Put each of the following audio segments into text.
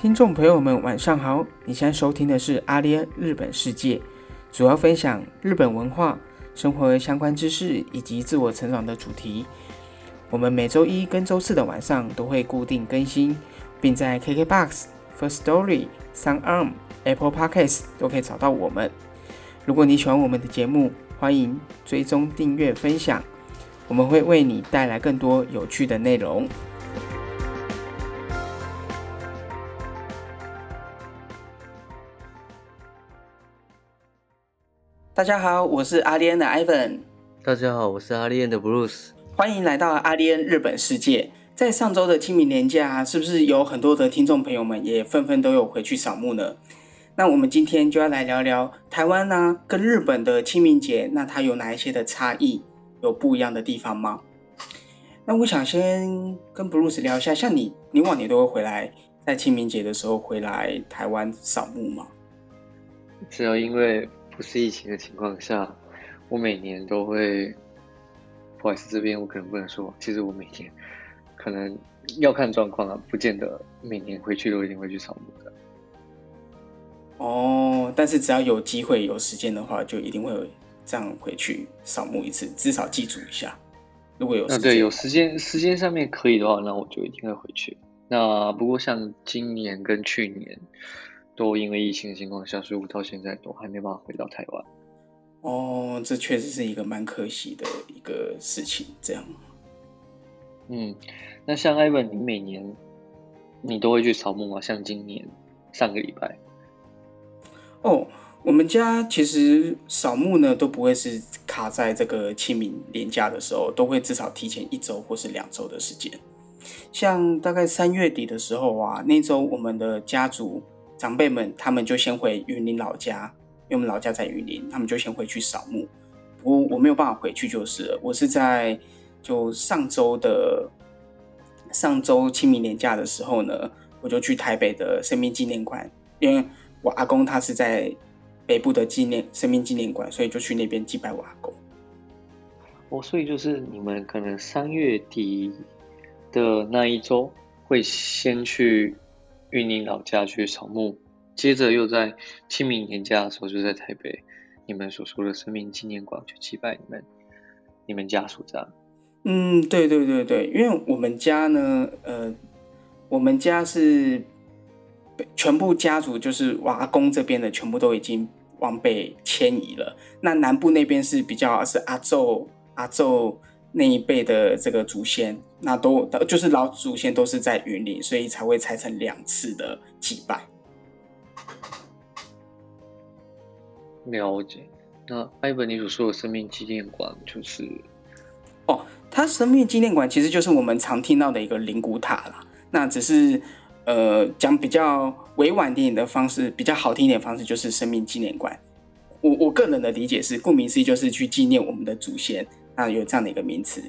听众朋友们晚上好，你现在收听的是阿联日本世界，主要分享日本文化、生活相关知识以及自我成长的主题。我们每周一跟周四的晚上都会固定更新，并在 KKBOX、Firstory、SoundOn、Apple Podcasts 都可以找到我们。如果你喜欢我们的节目，欢迎追踪、订阅、分享，我们会为你带来更多有趣的内容。大家好，我是阿联的 Ivan。 大家好，我是阿联的 Bruce。 欢迎来到阿联日本世界。在上周的清明连假，是不是有很多的听众朋友们也纷纷都有回去扫墓呢？那我们今天就要来聊聊台湾跟日本的清明节，那它有哪一些的差异，有不一样的地方吗？那我想先跟 Bruce 聊一下，像你往年都会回来，在清明节的时候回来台湾扫墓吗？ 只要因为不是疫情的情况下，我每年都会，不好意思，这边我可能不能说，其实我每年可能要看状况啊，不见得每年回去都一定会去扫墓的。 哦，但是只要有机会有时间的话，就一定会这样回去扫墓一次，至少记住一下。如果有时间， 对，有时间上面可以的话，那我就一定会回去。那不过像今年跟去年都因为疫情的情况下，所以我到现在都还没办法回到台湾。 哦，这确实是一个蛮可惜的一个事情。这样， 那像 Ivan，你每年你都会去扫墓吗？像今年上个礼拜。 哦，我们家其实扫墓呢都不会是卡在这个清明连假的时候，都会至少提前1周或是2周的时间。像大概3月底的时候啊，那周我们的家族长辈们他们就先回云林老家，因为我们老家在云林，他们就先回去扫墓。不过我没有办法回去就是了，我是在就上周清明连假的时候呢，我就去台北的生命纪念馆，因为我阿公他是在北部的生命纪念馆，所以就去那边祭拜我阿公。 所以就是你们可能3月底的那一周会先去云林老家去扫墓，接着又在清明年假的时候就在台北你们所说的生命纪念馆去祭拜你们家属这样。 对，因为我们家呢，我们家是全部家族，就是我阿公这边的全部都已经往北迁移了。那南部那边是比较是阿昼那一辈的这个祖先，那都就是老祖先都是在云林，所以才会拆成2次的祭拜。 了解。那艾文你所说的生命纪念馆就是它生命纪念馆其实就是我们常听到的一个灵骨塔啦。那只是讲比较委婉一点的方式，比较好听一点的方式就是生命纪念馆。我个人的理解是，顾名思义就是去纪念我们的祖先，那有这样的一个名词。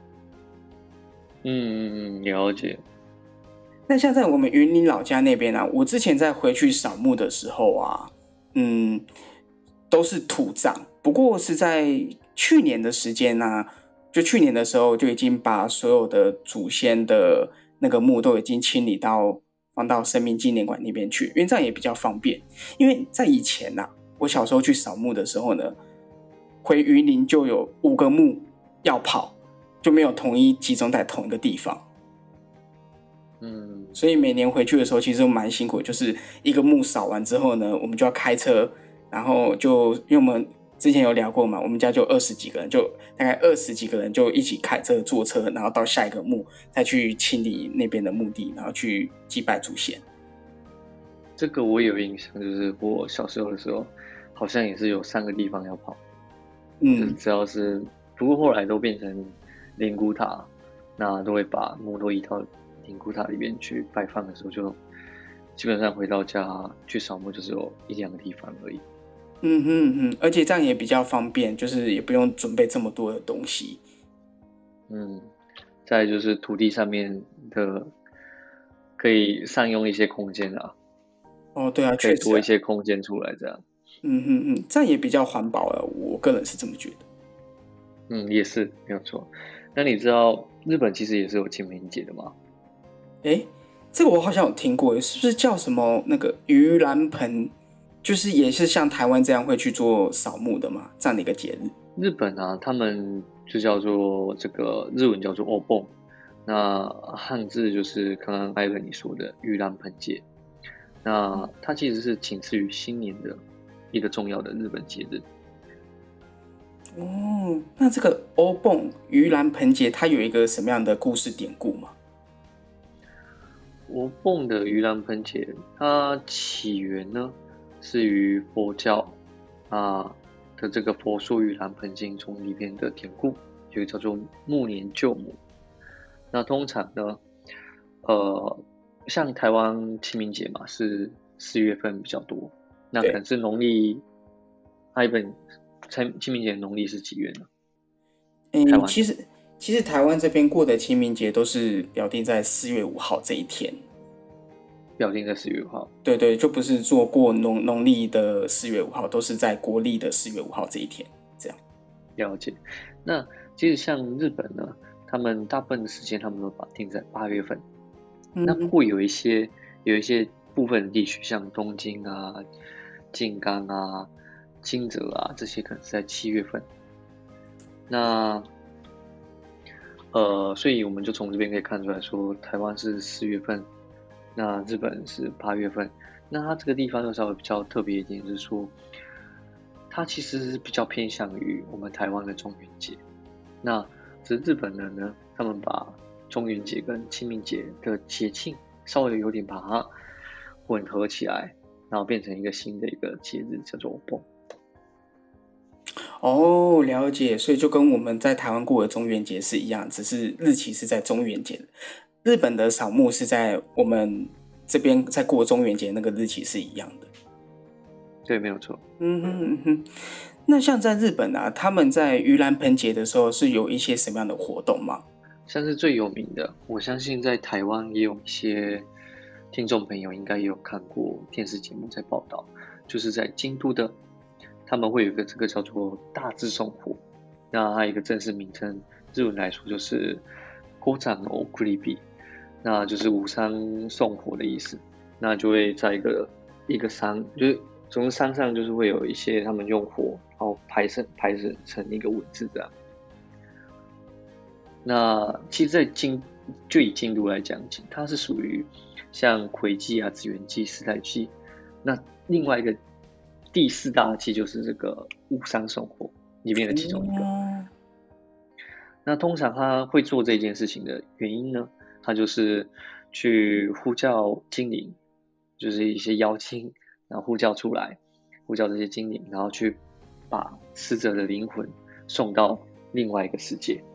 了解。 那像在我们云林老家那边啊，我之前在回去扫墓的时候啊，都是土葬。不过是在去年的时间啊，就去年的时候就已经把所有的祖先的那个墓都已经清理放到生命纪念馆那边去，因为这样也比较方便。因为在以前啊，我小时候去扫墓的时候呢，回云林就有5个墓要跑，就没有统一集中在同一个地方。所以每年回去的时候其实蛮辛苦，就是一个墓扫完之后呢，我们就要开车，然后就因为我们之前有聊过嘛，我们家就20几个人，就大概20几个人就一起开车坐车，然后到下一个墓再去清理那边的墓地，然后去祭拜祖先。 这个我有印象，就是我小时候的时候好像也是有3个地方要跑。就是只要是，不过后来都变成灵骨塔，那都会把墓都移到灵骨塔里面去摆放的时候，就基本上回到家去扫墓就是有1-2个地方而已。 而且这样也比较方便，就是也不用准备这么多的东西。 再来就是土地上面的可以善用一些空间啊。 对啊， 可以多一些空间出来这样。 这样也比较环保了，我个人是这么觉得。 也是没有错。那你知道日本其实也是有清明节的吗？ 这个我好像有听过，是不是叫什么那个盂兰盆？就是也是像台湾这样会去做扫墓的嘛，这样的一个节日。 日本啊，他们就叫做这个日文叫做 Obon，那汉字就是刚刚艾文你说的盂兰盆节。那它其实是仅次于新年的一个重要的日本节日。 哦，那这个欧蹦盂兰盆节，它有一个什么样的故事典故吗？ Obon的盂兰盆节，它起源呢是于佛教啊的这个《佛说盂兰盆经》中里面的典故，有一个叫做暮年救母。那通常呢，像台湾清明节嘛，是4月份比较多，那可能是农历，那一本清明节农历是几月呢？台湾其实台湾这边过的清明节都是表定在4月5号这一天。 表定在4月5号。 对对，就不是做过农历的4月5号，都是在国历的4月5号这一天。这样了解。那其实像日本呢，他们大部分的时间他们都把定在8月份。那会有一些部分的地区，像东京啊、静冈啊、金泽啊这些，可能是在7月份。那所以我们就从这边可以看出来说，台湾是4月份，那日本是8月份。那它这个地方又稍微比较特别一点，就是说，它其实是比较偏向于我们台湾的中元节。那只是日本人呢，他们把中元节跟清明节的节庆稍微有点把它混合起来，然后变成一个新的一个节日，叫做Obon。 哦，了解，所以就跟我们在台湾过的中元节是一样，只是日期是在中元节。日本的扫墓是在我们这边在过中元节那个日期是一样的。 对，没有错。 那像在日本啊，他们在盂兰盆节的时候是有一些什么样的活动吗？ 像是最有名的，我相信在台湾也有一些听众朋友应该也有看过电视节目在报道，就是在京都的，他们会有一个这个叫做大智送火，那它有一个正式名称，日文来说就是高山の送り火，那就是五山送火的意思。那就会在一个山，就是总之山上就是会有一些他们用火，然后排成一个文字这样。那其实就以京都来讲，它是属于像癸忌啊、子元忌、时代忌。那另外一个第4大忌就是这个五山送火里面的其中一个。那通常他会做这件事情的原因呢，他就是去呼叫精灵，就是一些妖精，然后呼叫这些精灵，然后去把死者的灵魂送到另外一个世界。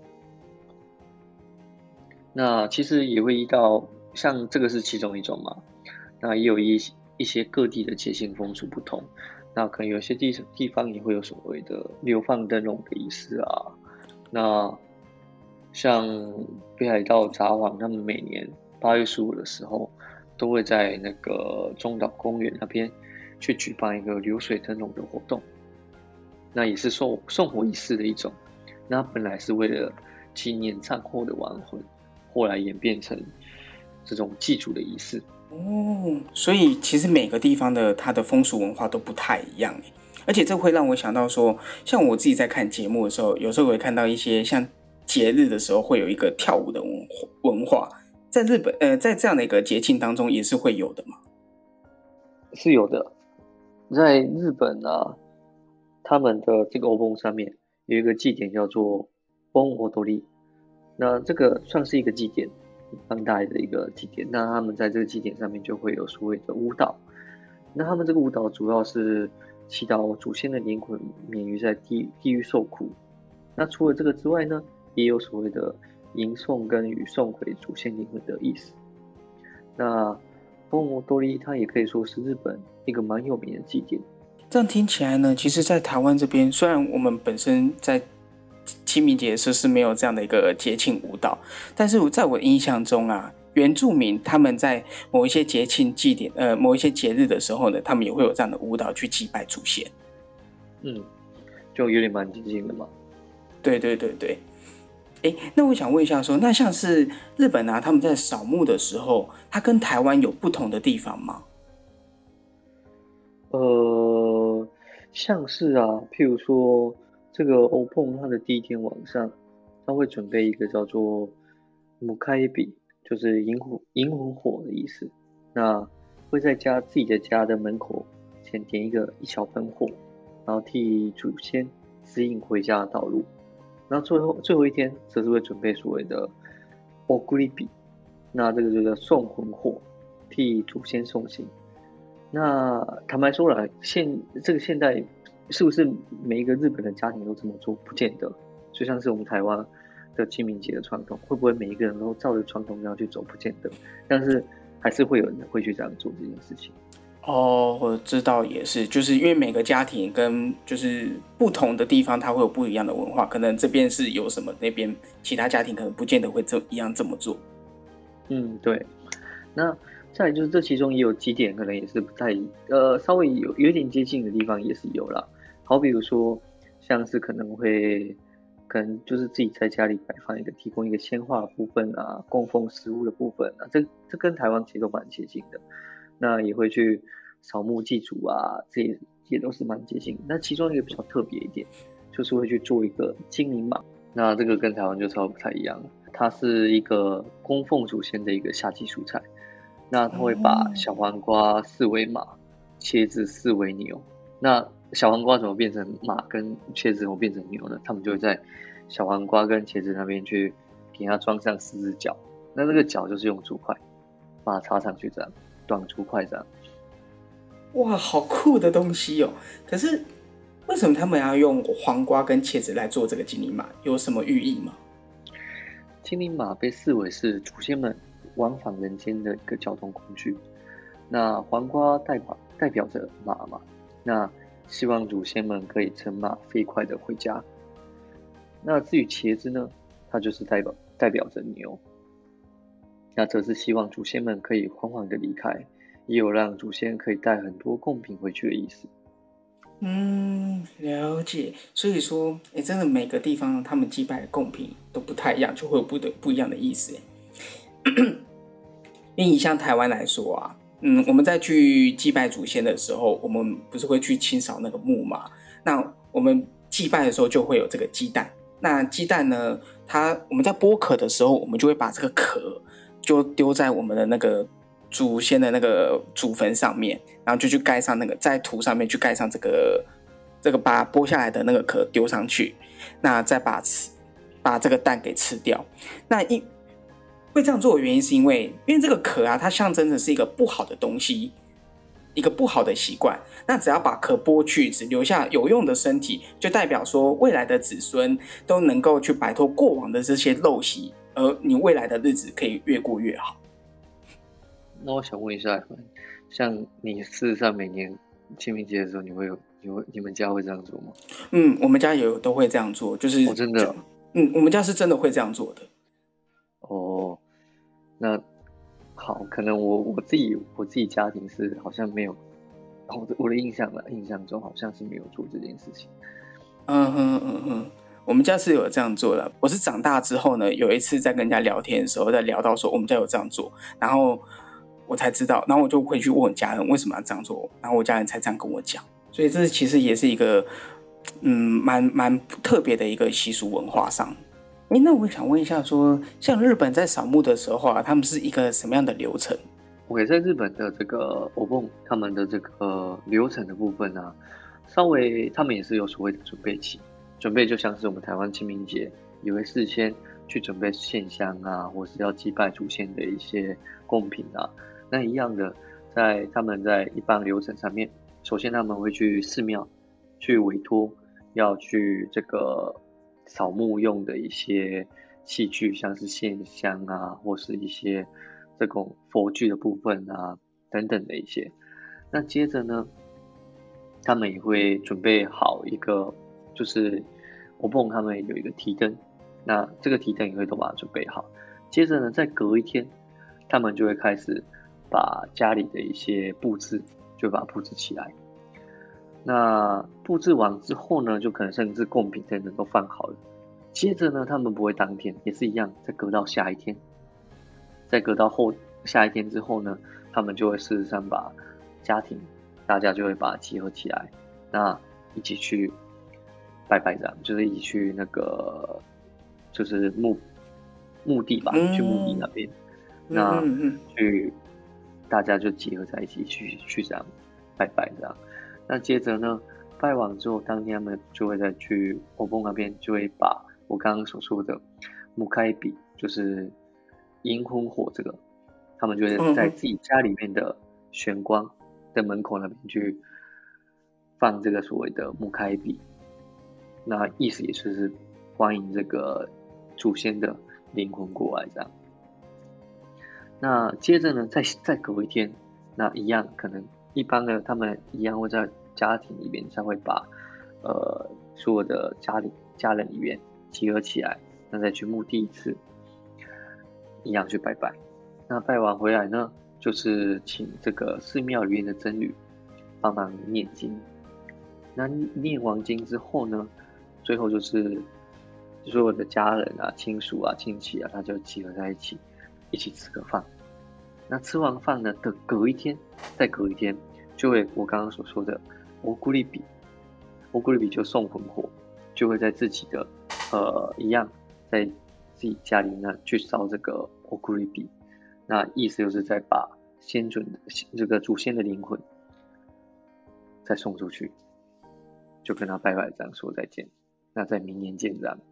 那其实也会依到，像这个是其中一种嘛，那也有一些各地的节庆风俗不同，那可能有些地方也会有所谓的流放灯笼的仪式啊。那像北海道札幌，他们每年8月15的时候，都会在那个中岛公园那边去举办一个流水灯笼的活动，那也是送火仪式的一种。那本来是为了纪念战后的亡魂，后来演变成这种祭祖的仪式。 哦，所以其实每个地方的它的风俗文化都不太一样，而且这会让我想到说，像我自己在看节目的时候，有时候我会看到一些像节日的时候会有一个跳舞的文化，在日本在这样的一个节庆当中也是会有的嘛？ 是有的，在日本啊，他们的这个欧蹦上面有一个祭典叫做蹦欧多利，那这个算是一个祭典，当代的一个祭典。那他们在这个祭典上面就会有所谓的舞蹈，那他们这个舞蹈主要是祈祷祖先的灵魂免于在地狱受苦。那除了这个之外呢，也有所谓的迎送跟与送回祖先灵魂的意思。那蹦欧多利它也可以说是日本一个蛮有名的祭典。 这样听起来呢，其实在台湾这边，虽然我们本身在清明节的时候是没有这样的一个节庆舞蹈，但是在我的印象中啊，原住民他们在某一些节庆祭典某一些节日的时候呢，他们也会有这样的舞蹈去祭拜祖先。 就有点蛮接近的嘛。 对对对对。 那我想问一下说，那像是日本啊，他们在扫墓的时候，它跟台湾有不同的地方吗？ 呃，像是啊，譬如说这个欧碰它的第一天晚上，他会准备一个叫做母开比，就是引魂火的意思。那会在自己的家的门口前点一小盆火，然后替祖先指引回家的道路。然后最后一天，则是会准备所谓的 ogribi，那这个就叫送魂火，替祖先送行。那坦白说来，这个现代是不是每一个日本的家庭都这么做？不见得。就像是我们台湾的清明节的传统，会不会每一个人都照着传统这样去走？不见得。但是还是会有人会去这样做这件事情。 哦，我知道也是，就是因为每个家庭跟就是不同的地方，它会有不一样的文化，可能这边是有什么，那边其他家庭可能不见得会这么做。 嗯，对。那再来就是这其中也有几点可能也是不太稍微有一点接近的地方也是有啦。好比如说像是可能就是自己在家里摆放提供一个鲜花的部分啊，供奉食物的部分啊，这跟台湾其实都蛮接近的。那也会去扫墓祭祖啊，这也都是蛮接近的。那其中一个比较特别一点，就是会去做一个精灵马。那这个跟台湾就稍微不太一样了，它是一个供奉祖先的一个夏季蔬菜。那他会把小黄瓜视为马，茄子视为牛。那小黄瓜怎么变成马，跟茄子怎么变成牛呢？他们就会在小黄瓜跟茄子那边去给它装上4只脚，那那个脚就是用竹筷把它插上去，这样短竹筷这样。 哇，好酷的东西哦！可是为什么他们要用黄瓜跟茄子来做这个精灵马？有什么寓意吗？ 精灵马被视为是祖先们往返人间的一个交通工具。那黄瓜代表着马嘛，那希望祖先们可以乘马飞快的回家。那至于茄子呢，它就是代表着牛，那则是希望祖先们可以缓缓的离开，也有让祖先可以带很多贡品回去的意思。 了解。所以说，真的每个地方他们祭拜的贡品都不太一样，就会有不一样的意思。因为以像台湾来说啊，我们在去祭拜祖先的时候，我们不是会去清扫那个墓嘛？那我们祭拜的时候就会有这个鸡蛋。那鸡蛋呢，我们在剥壳的时候，我们就会把这个壳就丢在我们的那个祖先的那个祖坟上面，然后就去盖上那个在土上面去盖上这个把剥下来的那个壳丢上去，那再把这个蛋给吃掉。那会这样做的原因是因为这个壳啊，它象征的是一个不好的东西，一个不好的习惯。那只要把壳剥去，只留下有用的身体，就代表说未来的子孙都能够去摆脱过往的这些陋习，而你未来的日子可以越过越好。 那我想问一下，像你事实上每年清明节的时候，你们家会这样做吗？ 我们家也都会这样做，就是真的我们家是真的会这样做的。 哦。那好，可能我自己家庭是好像没有，我的印象中好像是没有做这件事情。 我们家是有这样做的。我是长大之后呢，有一次在跟人家聊天的时候，在聊到说我们家有这样做，然后我才知道，然后我就回去问我家人为什么要这样做，然后我家人才这样跟我讲。所以这其实也是一个蛮特别的一个习俗文化上。那我想问一下说，像日本在扫墓的时候啊，他们是一个什么样的流程？ 我在日本的这个欧蹦他们的这个流程的部分啊，稍微他们也是有所谓的准备期，准备就像是我们台湾清明节也会事先去准备线香啊，或是要祭拜祖先的一些贡品啊，那一样的，他们在一般流程上面，首先他们会去寺庙去委托要去这个扫墓用的一些器具，像是线香啊，或是一些这种佛具的部分啊等等的一些。那接着呢，他们也会准备好一个，就是我碰他们有一个提灯，那这个提灯也会都把它准备好。接着呢，再隔一天，他们就会开始把家里的一些布置，就把它布置起来。那布置完之后呢，就可能甚至贡品等等都放好了。 接着呢，他们不会当天，也是一样，再隔到下一天，再隔到下一天之后呢，他们就会事实上把家庭，大家就会把它集合起来，那一起去拜拜，这样就是一起去那个就是墓地吧，去墓地那边，那去大家就集合在一起去这样拜拜这样。那接着呢，拜完之后，当天他们就会再去欧蹦那边，就会把我刚刚所说的木开比，就是阴婚火这个，他们就会在自己家里面的玄关的门口那边去放这个所谓的木开比，那意思也就是欢迎这个祖先的灵魂过来这样。那接着呢，再隔一天，那一样可能一般的他们一样会在家庭里面才会把所有的家人里面集合起来，那再去墓地一次，一样去拜拜。那拜完回来呢，就是请这个寺庙里面的僧侣帮忙念经。那念完经之后呢，最后就是所有的家人啊、亲属啊、亲戚啊，他就集合在一起，一起吃个饭。那吃完饭呢的隔一天，再隔一天，就会我刚刚所说的欧古利比就送魂火，就会在自己的一样在自己家里呢去烧这个欧古利比，那意思就是在把先祖的这个祖先的灵魂再送出去，就跟他拜拜这样说再见，那在明年见这样。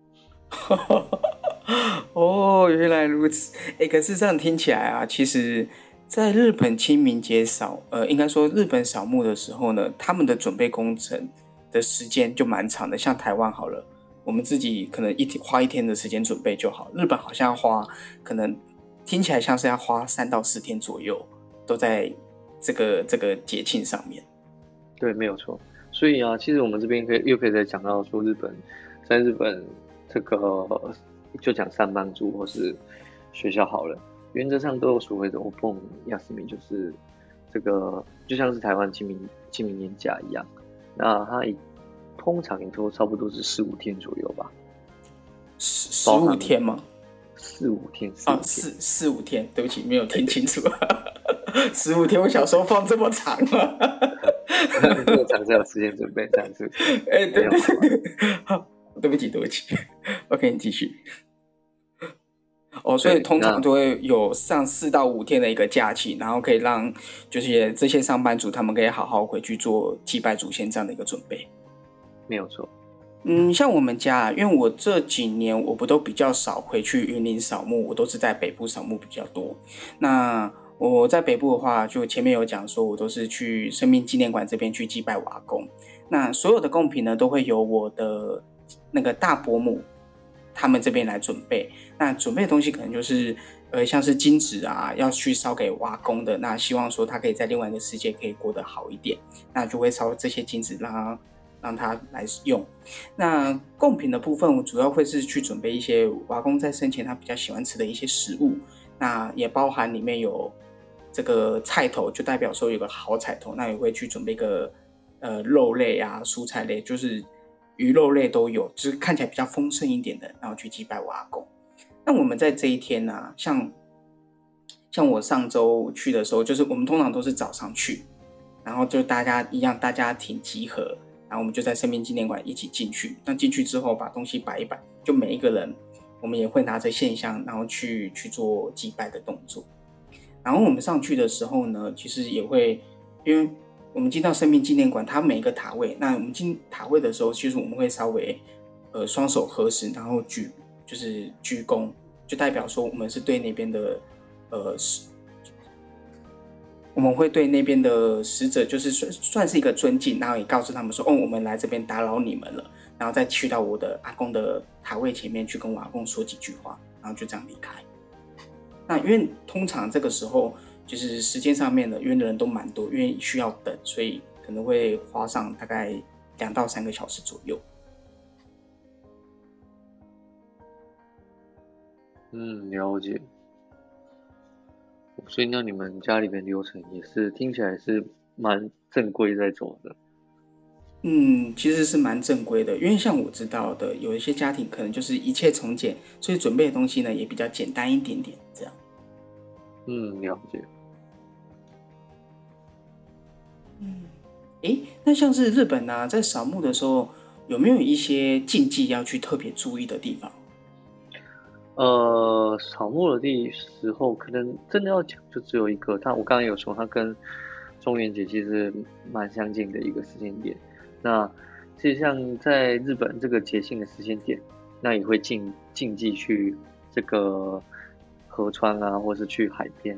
哦，原来如此。可是这样听起来啊，其实，在日本清明节应该说日本扫墓的时候呢，他们的准备工程的时间就蛮长的。像台湾好了，我们自己可能花一天的时间准备就好，日本好像可能听起来像是要花3到4天左右，都在这个节庆上面。 对，没有错。所以啊，其实我们这边又可以再讲到说，在日本这个就讲上班族或是学校好了，原则上都有所谓的 Obon Yasumi，就是这个就像是台湾清明年假一样，那它通常也都差不多是4-5天左右吧。 15天吗 ？4-5天。 啊，4-5天，对不起，没有听清楚。15天，我小时候放这么长吗？ 这么长才有时间准备，这样是不是？ 对，好，对不起。OK， 你继续。所以通常都会有上4到5天的一个假期，然后可以让就是这些上班族他们可以好好回去做祭拜祖先这样的一个准备。 没有错。 像我们家，因为我这几年我不都比较少回去云林扫墓，我都是在北部扫墓比较多。那我在北部的话，就前面有讲说，我都是去生命纪念馆这边去祭拜我阿公。那所有的贡品呢，都会由我的那个大伯母他们这边来准备。那准备的东西可能就是像是金纸啊，要去烧给我阿公的。那希望说他可以在另外一个世界可以过得好一点，那就会烧这些金纸让他来用。那贡品的部分，我主要会是去准备一些我阿公在生前他比较喜欢吃的一些食物，那也包含里面有这个菜头，就代表说有个好彩头，那也会去准备个肉类啊、蔬菜类，就是鱼肉类都有，就是看起来比较丰盛一点的，然后去祭拜我阿公。那我们在这一天啊，像我上周去的时候，就是我们通常都是早上去，然后就大家庭集合，然后我们就在生命纪念馆一起进去。那进去之后把东西摆一摆，就每一个人我们也会拿着线香，然后去做祭拜的动作。然后我们上去的时候呢，其实也会，因为我们进到生命纪念馆，它每一个塔位，那我们进塔位的时候，其实我们会稍微双手合十，然后鞠躬，就代表说我们是对那边的我们会对那边的使者就是算是一个尊敬，然后也告诉他们说，我们来这边打扰你们了，然后再去到我的阿公的塔位前面去跟我阿公说几句话，然后就这样离开。那因为通常这个时候就是时间上面的，因为人都蛮多，因为需要等，所以可能会花上大概2到3个小时左右。 了解。所以那你们家里面流程也是听起来是蛮正规在走的。 其实是蛮正规的，因为像我知道的，有一些家庭可能就是一切从简，所以准备的东西呢也比较简单一点点，这样。 了解。 那像是日本啊，在扫墓的时候，有没有一些禁忌要去特别注意的地方？ 扫墓的时候，可能真的要讲，就只有一个。我刚刚有说，它跟中元节其实蛮相近的一个时间点。那其实像在日本这个节庆的时间点，那也会禁忌去这个河川啊，或是去海边。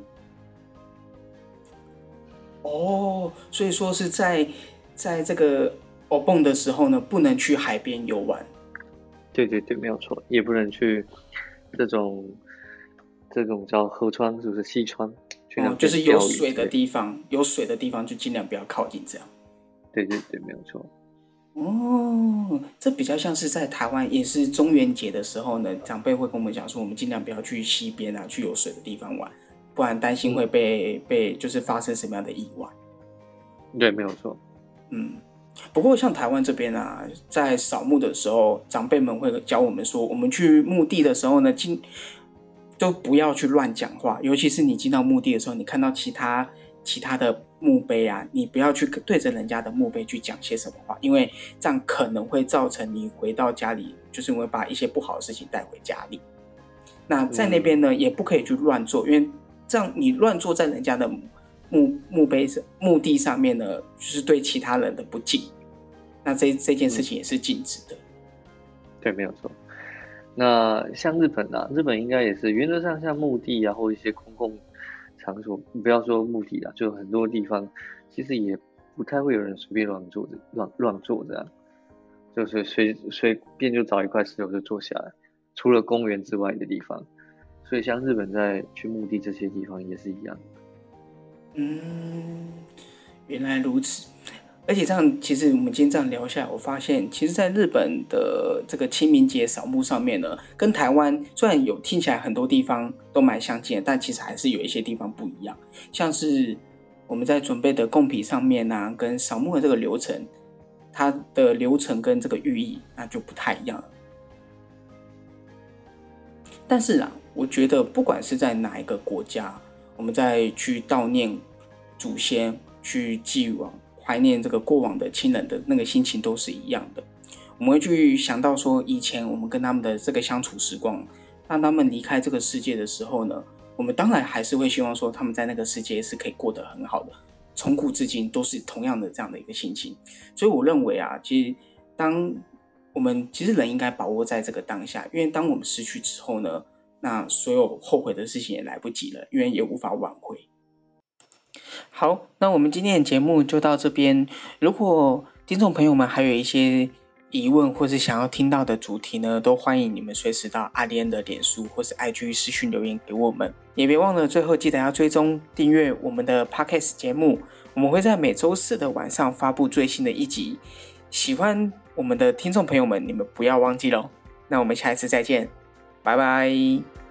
哦，所以说是在这个欧蹦的时候呢，不能去海边游玩。 对对对，没有错，也不能去这种叫河川，是不是溪川？去那就边是有水钓鱼之类。 的地方，有水的地方就尽量不要靠近，这样。 对对对，没有错。 哦，这比较像是在台湾，也是中元节的时候呢，长辈会跟我们讲说，我们尽量不要去溪边啊，去有水的地方玩，不然担心会被就是发生什么样的意外。 对，没有错。 不过像台湾这边啊，在扫墓的时候，长辈们会教我们说，我们去墓地的时候呢，都不要去乱讲话，尤其是你进到墓地的时候，你看到其他的墓碑啊，你不要去对着人家的墓碑去讲些什么话，因为这样可能会造成你回到家里，就是会把一些不好的事情带回家里。那在那边呢，也不可以去乱做，因为这样你乱坐在人家的墓地上面呢，就是对其他人的不敬。那这件事情也是禁止的。 对，没有错。那像日本啊，日本应该也是原则上像墓地啊，或一些公共场所，不要说墓地啦，就很多地方其实也不太会有人随便乱坐这样，就是随便就找一块石头就坐下来，除了公园之外的地方。所以像日本在去墓地这些地方也是一样。 原来如此。而且这样，其实我们今天这样聊下来，我发现，其实，在日本的这个清明节扫墓上面呢，跟台湾虽然有听起来很多地方都蛮相近的，但其实还是有一些地方不一样。像是我们在准备的贡品上面啊，跟扫墓的这个流程，它的流程跟这个寓意那就不太一样了。但是啊，我觉得不管是在哪一个国家，我们在去悼念祖先、去祭往、怀念这个过往的亲人的那个心情都是一样的。我们会去想到说，以前我们跟他们的这个相处时光，当他们离开这个世界的时候呢，我们当然还是会希望说，他们在那个世界是可以过得很好的。从古至今都是同样的这样的一个心情。所以我认为啊，其实其实人应该把握在这个当下，因为当我们失去之后呢，那所有后悔的事情也来不及了，因为也无法挽回。好，那我们今天的节目就到这边。如果听众朋友们还有一些疑问或是想要听到的主题呢，都欢迎你们随时到阿联的脸书或是 IG 私讯留言给我们。也别忘了最后记得要追踪订阅我们的 Podcast 节目，我们会在每周四的晚上发布最新的一集。喜欢我们的听众朋友们，你们不要忘记咯。那我们下一次再见，拜拜。